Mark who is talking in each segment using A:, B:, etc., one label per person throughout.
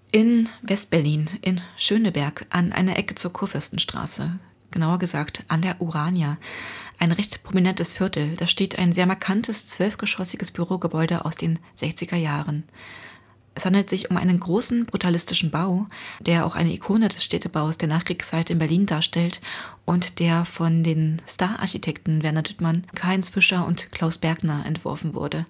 A: In Westberlin, in Schöneberg, an einer Ecke zur Kurfürstenstraße, genauer gesagt an der Urania, ein recht prominentes Viertel. Da steht ein sehr markantes, 12-geschossiges Bürogebäude aus den 60er Jahren. Es handelt sich um einen großen, brutalistischen Bau, der auch eine Ikone des Städtebaus der Nachkriegszeit in Berlin darstellt und der von den Star-Architekten Werner Düttmann, Karl-Heinz Fischer und Klaus Bergner entworfen wurde.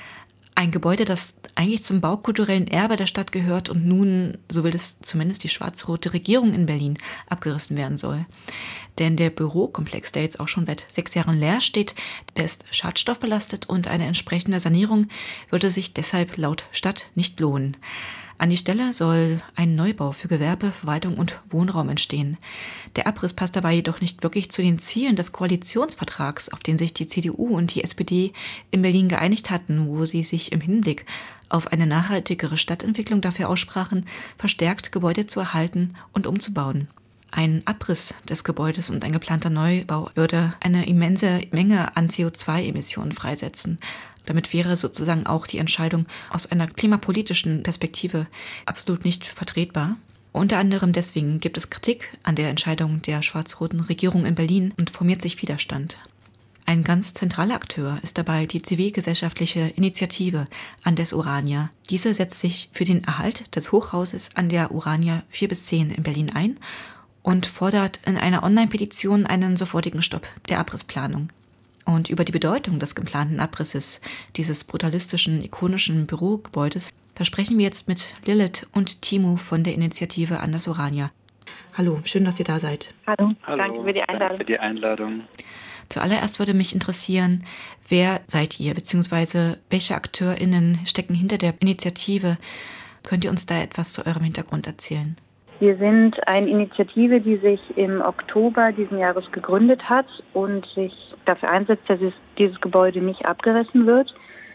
A: Ein Gebäude, das eigentlich zum baukulturellen Erbe der Stadt gehört und nun, so will es zumindest die schwarz-rote Regierung in Berlin, abgerissen werden soll. Denn der Bürokomplex, der jetzt auch schon seit 6 Jahren leer steht, der ist schadstoffbelastet und eine entsprechende Sanierung würde sich deshalb laut Stadt nicht lohnen. An die Stelle soll ein Neubau für Gewerbe, Verwaltung und Wohnraum entstehen. Der Abriss passt dabei jedoch nicht wirklich zu den Zielen des Koalitionsvertrags, auf den sich die CDU und die SPD in Berlin geeinigt hatten, wo sie sich im Hinblick auf eine nachhaltigere Stadtentwicklung dafür aussprachen, verstärkt Gebäude zu erhalten und umzubauen. Ein Abriss des Gebäudes und ein geplanter Neubau würde eine immense Menge an CO2-Emissionen freisetzen. Damit wäre sozusagen auch die Entscheidung aus einer klimapolitischen Perspektive absolut nicht vertretbar. Unter anderem deswegen gibt es Kritik an der Entscheidung der schwarz-roten Regierung in Berlin und formiert sich Widerstand. Ein ganz zentraler Akteur ist dabei die zivilgesellschaftliche Initiative Andes Urania. Diese setzt sich für den Erhalt des Hochhauses an der Urania 4-10 in Berlin ein und fordert in einer Online-Petition einen sofortigen Stopp der Abrissplanung. Und über die Bedeutung des geplanten Abrisses dieses brutalistischen, ikonischen Bürogebäudes, da sprechen wir jetzt mit Lilith und Timo von der Initiative Andes Urania. Hallo, schön, dass ihr da seid.
B: Hallo, danke für die Einladung.
A: Zuallererst würde mich interessieren, wer seid ihr, beziehungsweise welche AkteurInnen stecken hinter der Initiative? Könnt ihr uns da etwas zu eurem Hintergrund erzählen?
C: Wir sind eine Initiative, die sich im Oktober diesen Jahres gegründet hat und sich dafür einsetzt, dass dieses Gebäude nicht abgerissen wird.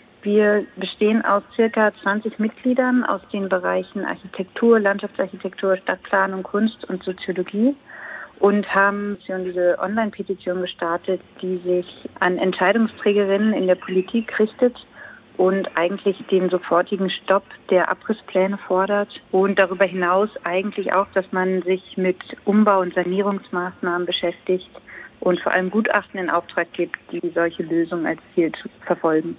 C: Wir bestehen aus circa 20 Mitgliedern aus den Bereichen Architektur, Landschaftsarchitektur, Stadtplanung, Kunst und Soziologie und haben diese Online-Petition gestartet, die sich an Entscheidungsträgerinnen in der Politik richtet und eigentlich den sofortigen Stopp der Abrisspläne fordert und darüber hinaus eigentlich auch, dass man sich mit Umbau- und Sanierungsmaßnahmen beschäftigt und vor allem Gutachten in Auftrag gibt, die solche Lösungen als Ziel verfolgen.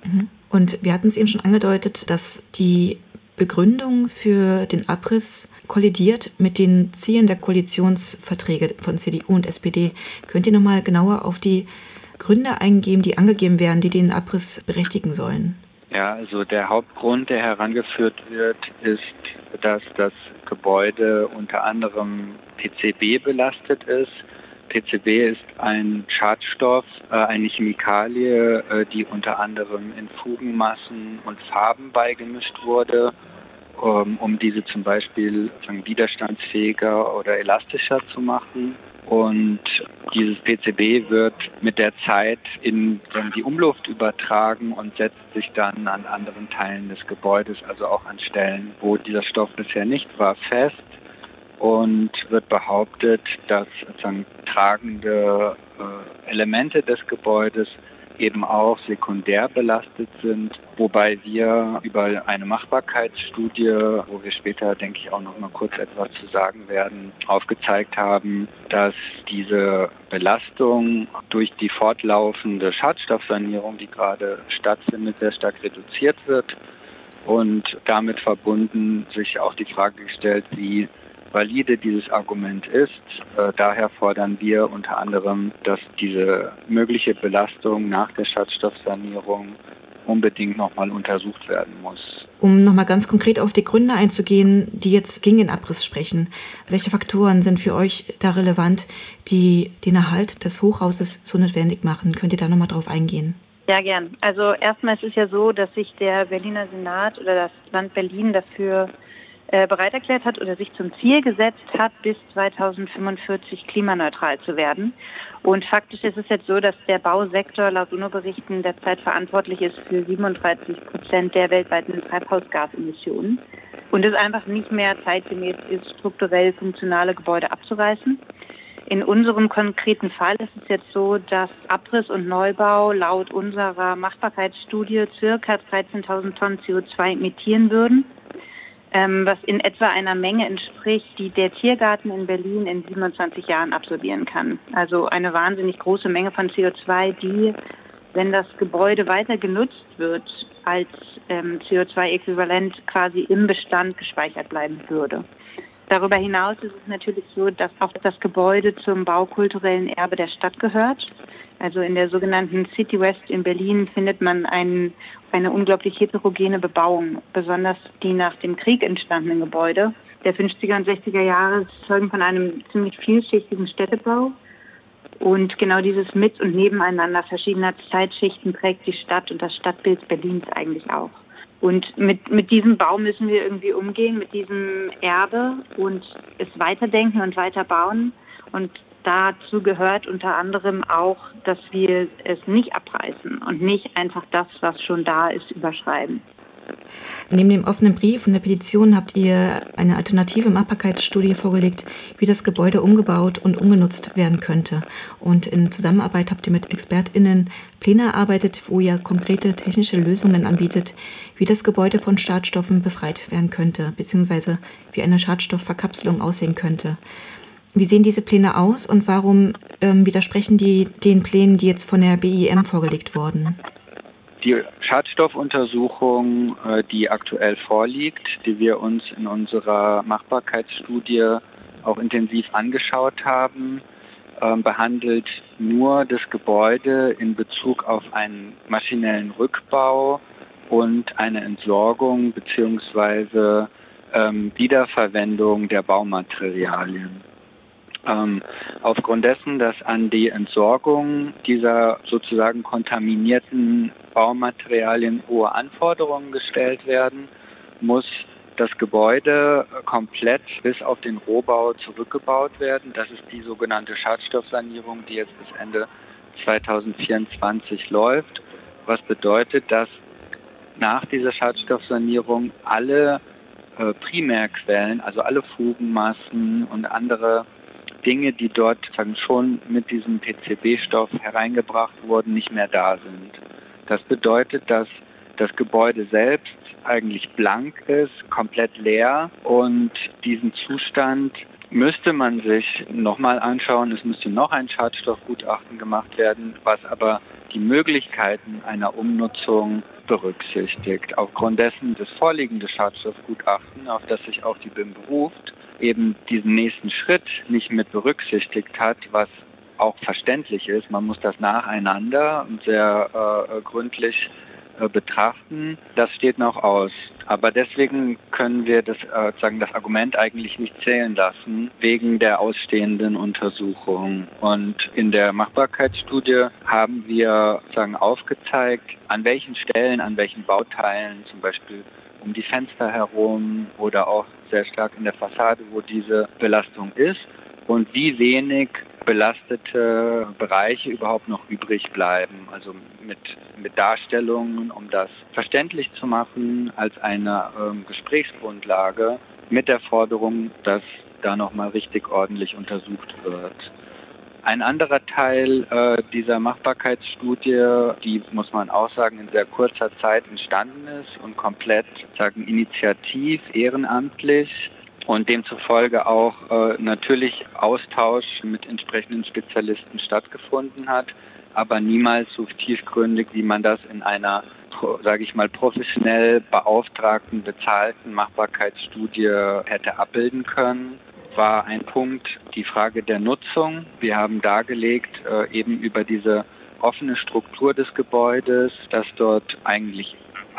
A: Und wir hatten es eben schon angedeutet, dass die Begründung für den Abriss kollidiert mit den Zielen der Koalitionsverträge von CDU und SPD. Könnt ihr nochmal genauer auf die Gründe eingeben, die angegeben werden, die den Abriss berechtigen sollen?
B: Ja, also der Hauptgrund, der herangeführt wird, ist, dass das Gebäude unter anderem PCB belastet ist. PCB ist ein Schadstoff, eine Chemikalie, die unter anderem in Fugenmassen und Farben beigemischt wurde, um diese zum Beispiel widerstandsfähiger oder elastischer zu machen. Und dieses PCB wird mit der Zeit in die Umluft übertragen und setzt sich dann an anderen Teilen des Gebäudes, also auch an Stellen, wo dieser Stoff bisher nicht war, fest. Und wird behauptet, dass tragende Elemente des Gebäudes eben auch sekundär belastet sind, wobei wir über eine Machbarkeitsstudie, wo wir später, denke ich, auch noch mal kurz etwas zu sagen werden, aufgezeigt haben, dass diese Belastung durch die fortlaufende Schadstoffsanierung, die gerade stattfindet, sehr stark reduziert wird und damit verbunden sich auch die Frage gestellt, wie valide dieses Argument ist. Daher fordern wir unter anderem, dass diese mögliche Belastung nach der Schadstoffsanierung unbedingt nochmal untersucht werden muss.
A: Um nochmal ganz konkret auf die Gründe einzugehen, die jetzt gegen den Abriss sprechen. Welche Faktoren sind für euch da relevant, die den Erhalt des Hochhauses so notwendig machen? Könnt ihr da nochmal drauf eingehen?
C: Ja, gern. Also erstmal ist es ja so, dass sich der Berliner Senat oder das Land Berlin dafür bereit erklärt hat oder sich zum Ziel gesetzt hat, bis 2045 klimaneutral zu werden. Und faktisch ist es jetzt so, dass der Bausektor laut UNO-Berichten derzeit verantwortlich ist für 37% der weltweiten Treibhausgasemissionen und es einfach nicht mehr zeitgemäß ist, strukturell funktionale Gebäude abzureißen. In unserem konkreten Fall ist es jetzt so, dass Abriss und Neubau laut unserer Machbarkeitsstudie ca. 13.000 Tonnen CO2 emittieren würden. was in etwa einer Menge entspricht, die der Tiergarten in Berlin in 27 Jahren absorbieren kann. Also eine wahnsinnig große Menge von CO2, die, wenn das Gebäude weiter genutzt wird, als CO2-Äquivalent quasi im Bestand gespeichert bleiben würde. Darüber hinaus ist es natürlich so, dass auch das Gebäude zum baukulturellen Erbe der Stadt gehört. Also in der sogenannten City West in Berlin findet man eine unglaublich heterogene Bebauung, besonders die nach dem Krieg entstandenen Gebäude. Der 50er und 60er Jahre zeugen von einem ziemlich vielschichtigen Städtebau. Und genau dieses Mit- und Nebeneinander verschiedener Zeitschichten prägt die Stadt und das Stadtbild Berlins eigentlich auch. Und mit diesem Bau müssen wir irgendwie umgehen, mit diesem Erbe und es weiterdenken und weiterbauen. Und dazu gehört unter anderem auch, dass wir es nicht abreißen und nicht einfach das, was schon da ist, überschreiben.
A: Neben dem offenen Brief und der Petition habt ihr eine alternative Machbarkeitsstudie vorgelegt, wie das Gebäude umgebaut und umgenutzt werden könnte. Und in Zusammenarbeit habt ihr mit ExpertInnen Pläne erarbeitet, wo ihr konkrete technische Lösungen anbietet, wie das Gebäude von Schadstoffen befreit werden könnte, beziehungsweise wie eine Schadstoffverkapselung aussehen könnte. Wie sehen diese Pläne aus und warum widersprechen die den Plänen, die jetzt von der BIM vorgelegt wurden?
B: Die Schadstoffuntersuchung, die aktuell vorliegt, die wir uns in unserer Machbarkeitsstudie auch intensiv angeschaut haben, behandelt nur das Gebäude in Bezug auf einen maschinellen Rückbau und eine Entsorgung bzw. Wiederverwendung der Baumaterialien. Aufgrund dessen, dass an die Entsorgung dieser sozusagen kontaminierten Baumaterialien hohe Anforderungen gestellt werden, muss das Gebäude komplett bis auf den Rohbau zurückgebaut werden. Das ist die sogenannte Schadstoffsanierung, die jetzt bis Ende 2024 läuft. Was bedeutet, dass nach dieser Schadstoffsanierung alle Primärquellen, also alle Fugenmassen und andere Dinge, die dort schon mit diesem PCB-Stoff hereingebracht wurden, nicht mehr da sind. Das bedeutet, dass das Gebäude selbst eigentlich blank ist, komplett leer, und diesen Zustand müsste man sich nochmal anschauen. Es müsste noch ein Schadstoffgutachten gemacht werden, was aber die Möglichkeiten einer Umnutzung berücksichtigt. Aufgrund dessen das vorliegende Schadstoffgutachten, auf das sich auch die BIM beruft, eben diesen nächsten Schritt nicht mit berücksichtigt hat, was auch verständlich ist. Man muss das nacheinander und sehr gründlich betrachten. Das steht noch aus. Aber deswegen können wir das Argument eigentlich nicht zählen lassen, wegen der ausstehenden Untersuchung. Und in der Machbarkeitsstudie haben wir aufgezeigt, an welchen Stellen, an welchen Bauteilen, zum Beispiel um die Fenster herum oder auch sehr stark in der Fassade, wo diese Belastung ist, und wie wenig belastete Bereiche überhaupt noch übrig bleiben. Also mit Darstellungen, um das verständlich zu machen, als eine Gesprächsgrundlage mit der Forderung, dass da nochmal richtig ordentlich untersucht wird. Ein anderer Teil dieser Machbarkeitsstudie, die, muss man auch sagen, in sehr kurzer Zeit entstanden ist und komplett initiativ, ehrenamtlich und demzufolge auch natürlich Austausch mit entsprechenden Spezialisten stattgefunden hat, aber niemals so tiefgründig, wie man das in einer, professionell beauftragten, bezahlten Machbarkeitsstudie hätte abbilden können. War ein Punkt die Frage der Nutzung. Wir haben dargelegt, eben über diese offene Struktur des Gebäudes, dass dort eigentlich,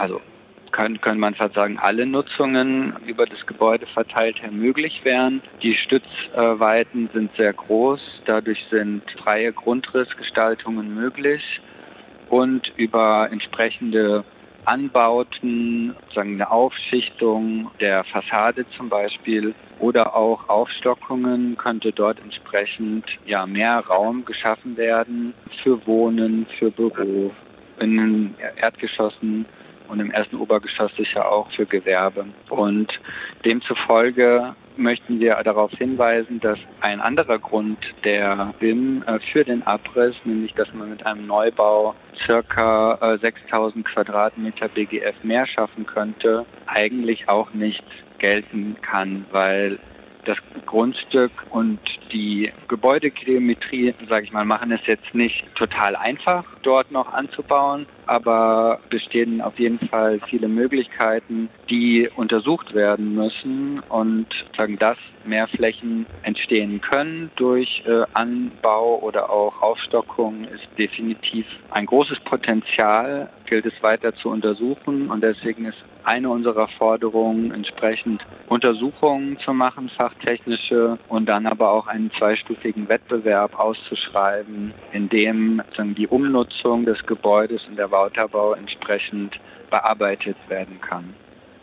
B: kann man fast sagen, alle Nutzungen über das Gebäude verteilt her möglich wären. Die Stützweiten sind sehr groß, dadurch sind freie Grundrissgestaltungen möglich, und über entsprechende Anbauten, eine Aufschichtung der Fassade zum Beispiel oder auch Aufstockungen, könnte dort entsprechend mehr Raum geschaffen werden für Wohnen, für Büro, in den Erdgeschossen und im ersten Obergeschoss sicher auch für Gewerbe. Und demzufolge möchten wir darauf hinweisen, dass ein anderer Grund der BIM für den Abriss, nämlich dass man mit einem Neubau ca. 6.000 Quadratmeter BGF mehr schaffen könnte, eigentlich auch nicht gelten kann, weil das Grundstück und die Gebäudegeometrie, sage ich mal, machen es jetzt nicht total einfach, dort noch anzubauen, aber bestehen auf jeden Fall viele Möglichkeiten, die untersucht werden müssen und sagen, dass mehr Flächen entstehen können durch Anbau oder auch Aufstockung, ist definitiv ein großes Potenzial, gilt es weiter zu untersuchen und deswegen ist eine unserer Forderungen, entsprechend Untersuchungen zu machen, fachtechnische, und dann aber auch einen zweistufigen Wettbewerb auszuschreiben, in dem die Umnutzung des Gebäudes und der Weiterbau entsprechend bearbeitet werden kann.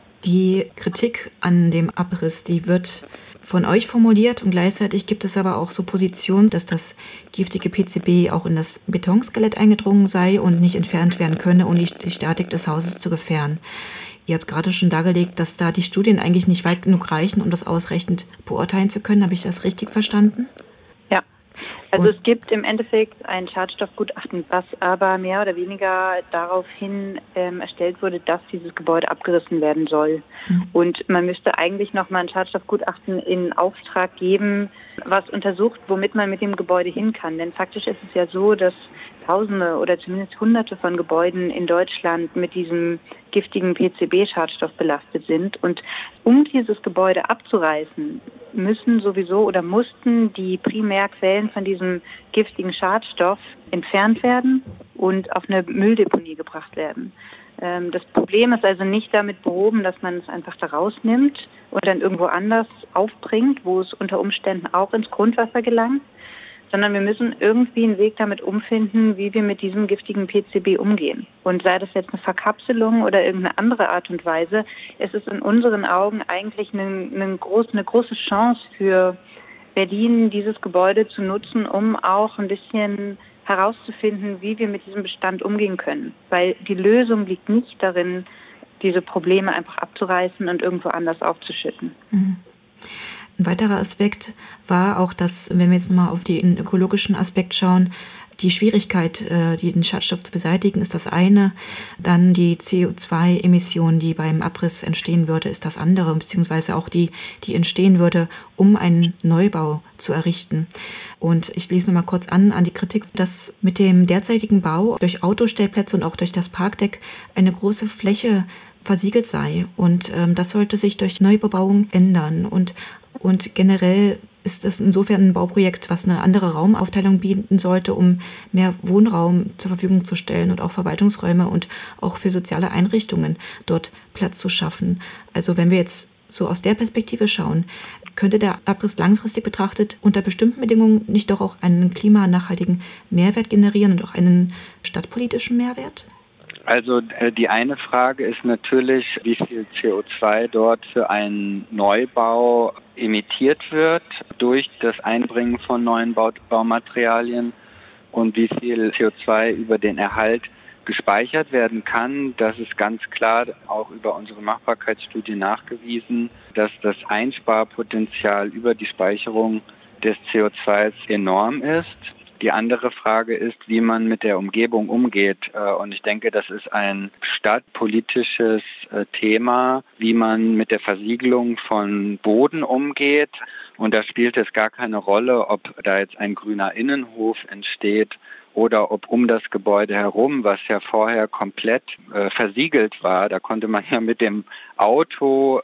A: Die Kritik an dem Abriss, die wird von euch formuliert und gleichzeitig gibt es aber auch so Positionen, dass das giftige PCB auch in das Betonskelett eingedrungen sei und nicht entfernt werden könne, um die Statik des Hauses zu gefährden. Ihr habt gerade schon dargelegt, dass da die Studien eigentlich nicht weit genug reichen, um das ausreichend beurteilen zu können. Habe ich das richtig verstanden?
C: Ja, also es gibt im Endeffekt ein Schadstoffgutachten, was aber mehr oder weniger daraufhin erstellt wurde, dass dieses Gebäude abgerissen werden soll. Und man müsste eigentlich nochmal ein Schadstoffgutachten in Auftrag geben, was untersucht, womit man mit dem Gebäude hin kann. Denn faktisch ist es ja so, dass Tausende oder zumindest Hunderte von Gebäuden in Deutschland mit diesem giftigen PCB-Schadstoff belastet sind. Und um dieses Gebäude abzureißen, müssen sowieso oder mussten die Primärquellen von diesem giftigen Schadstoff entfernt werden und auf eine Mülldeponie gebracht werden. Das Problem ist also nicht damit behoben, dass man es einfach da rausnimmt und dann irgendwo anders aufbringt, wo es unter Umständen auch ins Grundwasser gelangt, sondern wir müssen irgendwie einen Weg damit umfinden, wie wir mit diesem giftigen PCB umgehen. Und sei das jetzt eine Verkapselung oder irgendeine andere Art und Weise, es ist in unseren Augen eigentlich eine große Chance für Berlin, dieses Gebäude zu nutzen, um auch ein bisschen herauszufinden, wie wir mit diesem Bestand umgehen können. Weil die Lösung liegt nicht darin, diese Probleme einfach abzureißen und irgendwo anders aufzuschütten.
A: Mhm. Ein weiterer Aspekt war auch, dass, wenn wir jetzt mal auf den ökologischen Aspekt schauen, die Schwierigkeit, den Schadstoff zu beseitigen, ist das eine. Dann die CO2-Emission, die beim Abriss entstehen würde, ist das andere, beziehungsweise auch die entstehen würde, um einen Neubau zu errichten. Und ich lese noch mal kurz an die Kritik, dass mit dem derzeitigen Bau durch Autostellplätze und auch durch das Parkdeck eine große Fläche versiegelt sei. Und das sollte sich durch Neubebauung ändern. Und generell ist es insofern ein Bauprojekt, was eine andere Raumaufteilung bieten sollte, um mehr Wohnraum zur Verfügung zu stellen und auch Verwaltungsräume und auch für soziale Einrichtungen dort Platz zu schaffen. Also wenn wir jetzt so aus der Perspektive schauen, könnte der Abriss langfristig betrachtet unter bestimmten Bedingungen nicht doch auch einen klimanachhaltigen Mehrwert generieren und auch einen stadtpolitischen Mehrwert?
B: Also die eine Frage ist natürlich, wie viel CO2 dort für einen Neubau emittiert wird durch das Einbringen von neuen Baumaterialien und wie viel CO2 über den Erhalt gespeichert werden kann. Das ist ganz klar auch über unsere Machbarkeitsstudie nachgewiesen, dass das Einsparpotenzial über die Speicherung des CO2 enorm ist. Die andere Frage ist, wie man mit der Umgebung umgeht. Und ich denke, das ist ein stadtpolitisches Thema, wie man mit der Versiegelung von Boden umgeht. Und da spielt es gar keine Rolle, ob da jetzt ein grüner Innenhof entsteht oder ob um das Gebäude herum, was ja vorher komplett versiegelt war, da konnte man ja mit dem Auto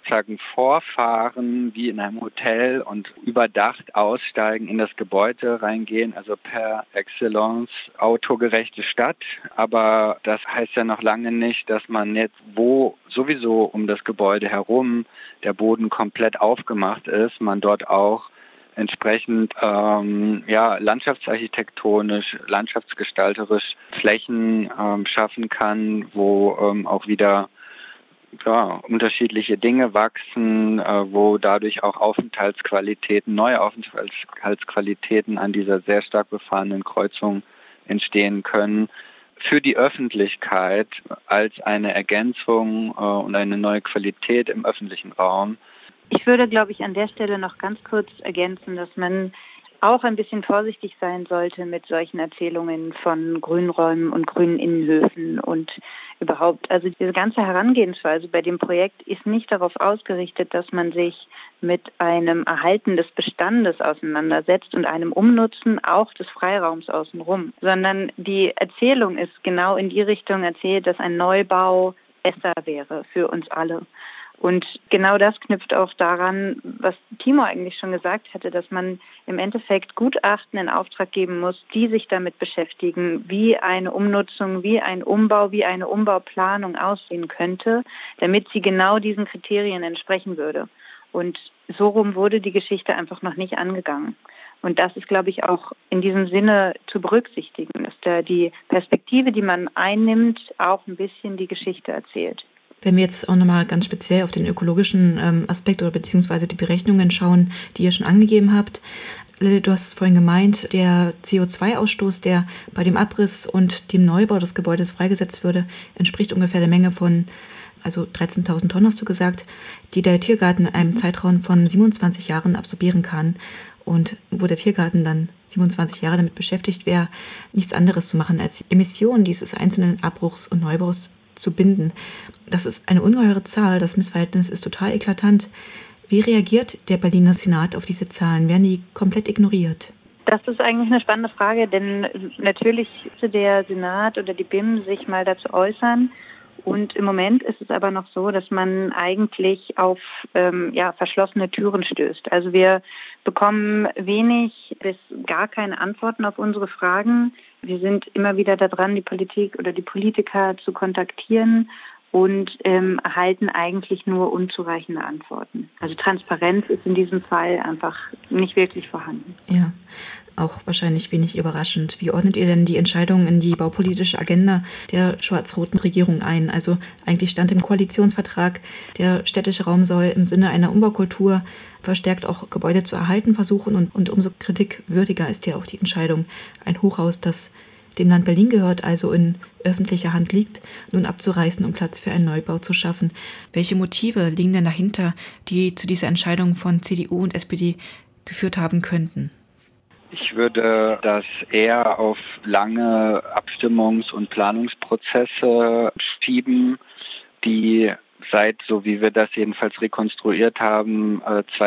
B: vorfahren wie in einem Hotel und überdacht aussteigen, in das Gebäude reingehen, also per excellence autogerechte Stadt. Aber das heißt ja noch lange nicht, dass man jetzt, wo sowieso um das Gebäude herum der Boden komplett aufgemacht ist, man dort auch entsprechend landschaftsarchitektonisch, landschaftsgestalterisch Flächen schaffen kann, wo auch wieder unterschiedliche Dinge wachsen, wo dadurch auch neue Aufenthaltsqualitäten an dieser sehr stark befahrenen Kreuzung entstehen können. Für die Öffentlichkeit als eine Ergänzung und eine neue Qualität im öffentlichen Raum.
C: Ich würde, glaube ich, an der Stelle noch ganz kurz ergänzen, dass man auch ein bisschen vorsichtig sein sollte mit solchen Erzählungen von Grünräumen und grünen Innenhöfen und überhaupt. Also diese ganze Herangehensweise bei dem Projekt ist nicht darauf ausgerichtet, dass man sich mit einem Erhalten des Bestandes auseinandersetzt und einem Umnutzen auch des Freiraums außenrum, sondern die Erzählung ist genau in die Richtung erzählt, dass ein Neubau besser wäre für uns alle. Und genau das knüpft auch daran, was Timo eigentlich schon gesagt hatte, dass man im Endeffekt Gutachten in Auftrag geben muss, die sich damit beschäftigen, wie eine Umnutzung, wie ein Umbau, wie eine Umbauplanung aussehen könnte, damit sie genau diesen Kriterien entsprechen würde. Und so rum wurde die Geschichte einfach noch nicht angegangen. Und das ist, glaube ich, auch in diesem Sinne zu berücksichtigen, dass da die Perspektive, die man einnimmt, auch ein bisschen die Geschichte erzählt.
A: Wenn wir jetzt auch nochmal ganz speziell auf den ökologischen Aspekt oder beziehungsweise die Berechnungen schauen, die ihr schon angegeben habt. Lilith, du hast vorhin gemeint, der CO2-Ausstoß, der bei dem Abriss und dem Neubau des Gebäudes freigesetzt würde, entspricht ungefähr der Menge von, also 13.000 Tonnen hast du gesagt, die der Tiergarten in einem Zeitraum von 27 Jahren absorbieren kann. Und wo der Tiergarten dann 27 Jahre damit beschäftigt wäre, nichts anderes zu machen, als die Emissionen dieses einzelnen Abbruchs und Neubaus zu binden. Das ist eine ungeheure Zahl, das Missverhältnis ist total eklatant. Wie reagiert der Berliner Senat auf diese Zahlen? Werden die komplett ignoriert?
C: Das ist eigentlich eine spannende Frage, denn natürlich müsste der Senat oder die BIM sich mal dazu äußern. Und im Moment ist es aber noch so, dass man eigentlich auf verschlossene Türen stößt. Also wir bekommen wenig bis gar keine Antworten auf unsere Fragen. Wir sind immer wieder daran, die Politik oder die Politiker zu kontaktieren und erhalten eigentlich nur unzureichende Antworten. Also Transparenz ist in diesem Fall einfach nicht wirklich vorhanden.
A: Ja, auch wahrscheinlich wenig überraschend. Wie ordnet ihr denn die Entscheidungen in die baupolitische Agenda der schwarz-roten Regierung ein? Also eigentlich stand im Koalitionsvertrag, der städtische Raum soll im Sinne einer Umbaukultur verstärkt auch Gebäude zu erhalten versuchen und umso kritikwürdiger ist ja auch die Entscheidung, ein Hochhaus, das dem Land Berlin gehört, also in öffentlicher Hand liegt, nun abzureißen, um Platz für einen Neubau zu schaffen. Welche Motive liegen denn dahinter, die zu dieser Entscheidung von CDU und SPD geführt haben könnten?
B: Ich würde das eher auf lange Abstimmungs- und Planungsprozesse schieben, die seit, so wie wir das jedenfalls rekonstruiert haben,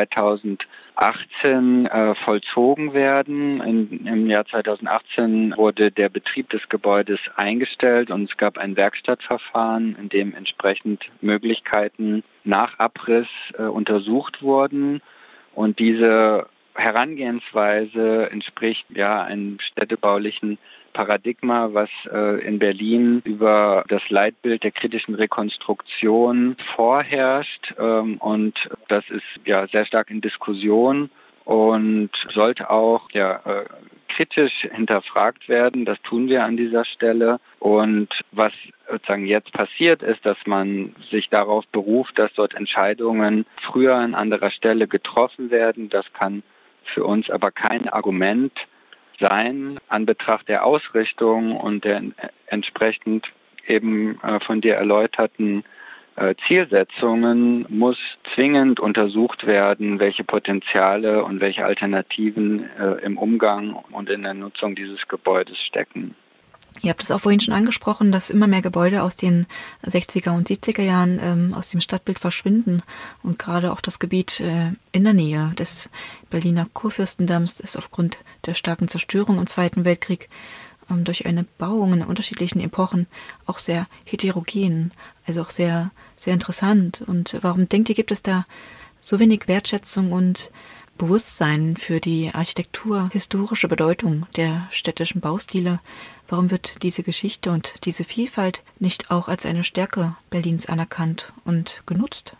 B: 2018 vollzogen werden. Im Jahr 2018 wurde der Betrieb des Gebäudes eingestellt und es gab ein Werkstattverfahren, in dem entsprechend Möglichkeiten nach Abriss untersucht wurden. Und diese Herangehensweise entspricht einem städtebaulichen Paradigma, was in Berlin über das Leitbild der kritischen Rekonstruktion vorherrscht. Und das ist sehr stark in Diskussion und sollte auch kritisch hinterfragt werden. Das tun wir an dieser Stelle. Und was sozusagen jetzt passiert ist, dass man sich darauf beruft, dass dort Entscheidungen früher an anderer Stelle getroffen werden. Das kann für uns aber kein Argument sein, an Betracht der Ausrichtung und der entsprechend eben von dir erläuterten Zielsetzungen muss zwingend untersucht werden, welche Potenziale und welche Alternativen im Umgang und in der Nutzung dieses Gebäudes stecken.
A: Ihr habt es auch vorhin schon angesprochen, dass immer mehr Gebäude aus den 60er und 70er Jahren aus dem Stadtbild verschwinden. Und gerade auch das Gebiet in der Nähe des Berliner Kurfürstendamms ist aufgrund der starken Zerstörung im Zweiten Weltkrieg durch eine Bauung in unterschiedlichen Epochen auch sehr heterogen, also auch sehr, sehr interessant. Und warum denkt ihr, gibt es da so wenig Wertschätzung und Bewusstsein für die architekturhistorische Bedeutung der städtischen Baustile? Warum wird diese Geschichte und diese Vielfalt nicht auch als eine Stärke Berlins anerkannt und genutzt?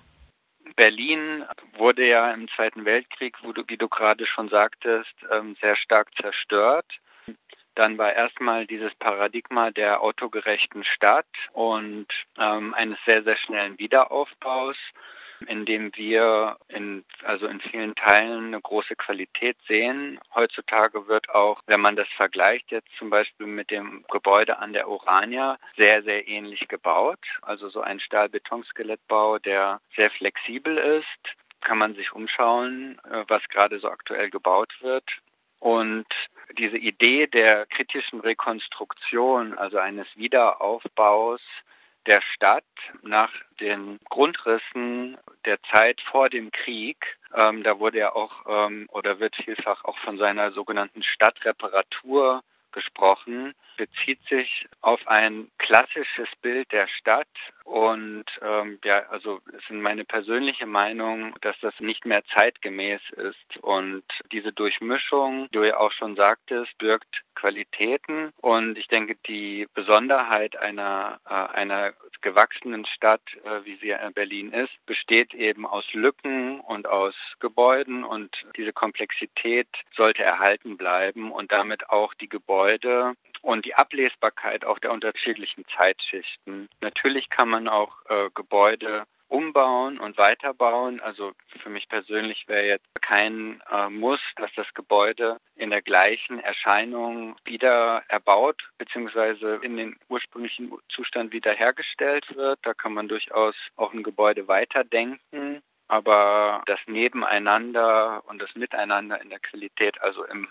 B: Berlin wurde ja im Zweiten Weltkrieg, wie du gerade schon sagtest, sehr stark zerstört. Dann war erstmal dieses Paradigma der autogerechten Stadt und eines sehr, sehr schnellen Wiederaufbaus, in dem wir in vielen Teilen eine große Qualität sehen. Heutzutage wird auch, wenn man das vergleicht jetzt zum Beispiel mit dem Gebäude an der Urania, sehr, sehr ähnlich gebaut. Also so ein Stahl-Beton-Skelettbau, der sehr flexibel ist. Kann man sich umschauen, was gerade so aktuell gebaut wird. Und diese Idee der kritischen Rekonstruktion, also eines Wiederaufbaus der Stadt nach den Grundrissen der Zeit vor dem Krieg, da wurde ja auch oder wird vielfach auch von seiner sogenannten Stadtreparatur gesprochen, bezieht sich auf ein klassisches Bild der Stadt und also es ist meine persönliche Meinung, dass das nicht mehr zeitgemäß ist und diese Durchmischung, wie du ja auch schon sagtest, birgt Qualitäten und ich denke, die Besonderheit einer gewachsenen Stadt, wie sie in Berlin ist, besteht eben aus Lücken und aus Gebäuden und diese Komplexität sollte erhalten bleiben und damit auch die Gebäude und die Ablesbarkeit auch der unterschiedlichen Zeitschichten. Natürlich kann man auch Gebäude umbauen und weiterbauen. Also für mich persönlich wäre jetzt kein Muss, dass das Gebäude in der gleichen Erscheinung wieder erbaut bzw. in den ursprünglichen Zustand wiederhergestellt wird. Da kann man durchaus auch ein Gebäude weiterdenken. Aber das Nebeneinander und das Miteinander in der Qualität, also im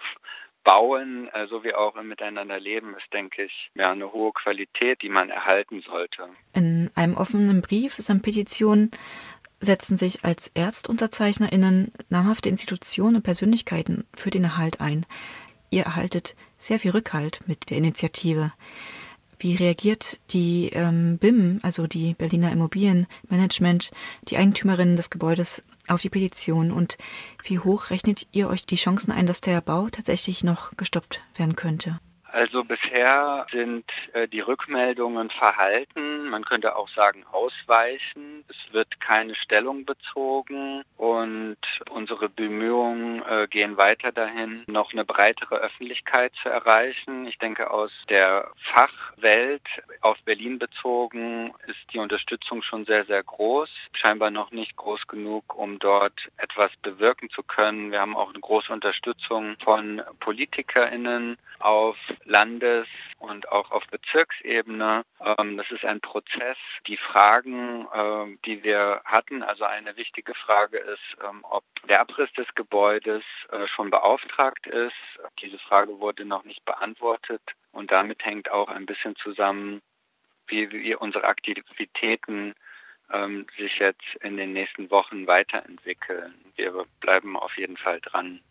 B: Bauen sowie auch im Miteinanderleben ist, denke ich, ja, eine hohe Qualität, die man erhalten sollte.
A: In einem offenen Brief samt Petition setzen sich als ErstunterzeichnerInnen namhafte Institutionen und Persönlichkeiten für den Erhalt ein. Ihr erhaltet sehr viel Rückhalt mit der Initiative. Wie reagiert die BIM, also die Berliner Immobilienmanagement, die Eigentümerinnen des Gebäudes, auf die Petition und wie hoch rechnet ihr euch die Chancen ein, dass der Bau tatsächlich noch gestoppt werden könnte?
B: Also bisher sind die Rückmeldungen verhalten, man könnte auch sagen ausweichend. Es wird keine Stellung bezogen und unsere Bemühungen gehen weiter dahin, noch eine breitere Öffentlichkeit zu erreichen. Ich denke, aus der Fachwelt auf Berlin bezogen ist die Unterstützung schon sehr, sehr groß. Scheinbar noch nicht groß genug, um dort etwas bewirken zu können. Wir haben auch eine große Unterstützung von PolitikerInnen auf Landes- und auch auf Bezirksebene. Das ist ein Prozess. Die Fragen, die wir hatten, also eine wichtige Frage ist, ob der Abriss des Gebäudes schon beauftragt ist. Diese Frage wurde noch nicht beantwortet und damit hängt auch ein bisschen zusammen, wie wir unsere Aktivitäten sich jetzt in den nächsten Wochen weiterentwickeln. Wir bleiben auf jeden Fall dran.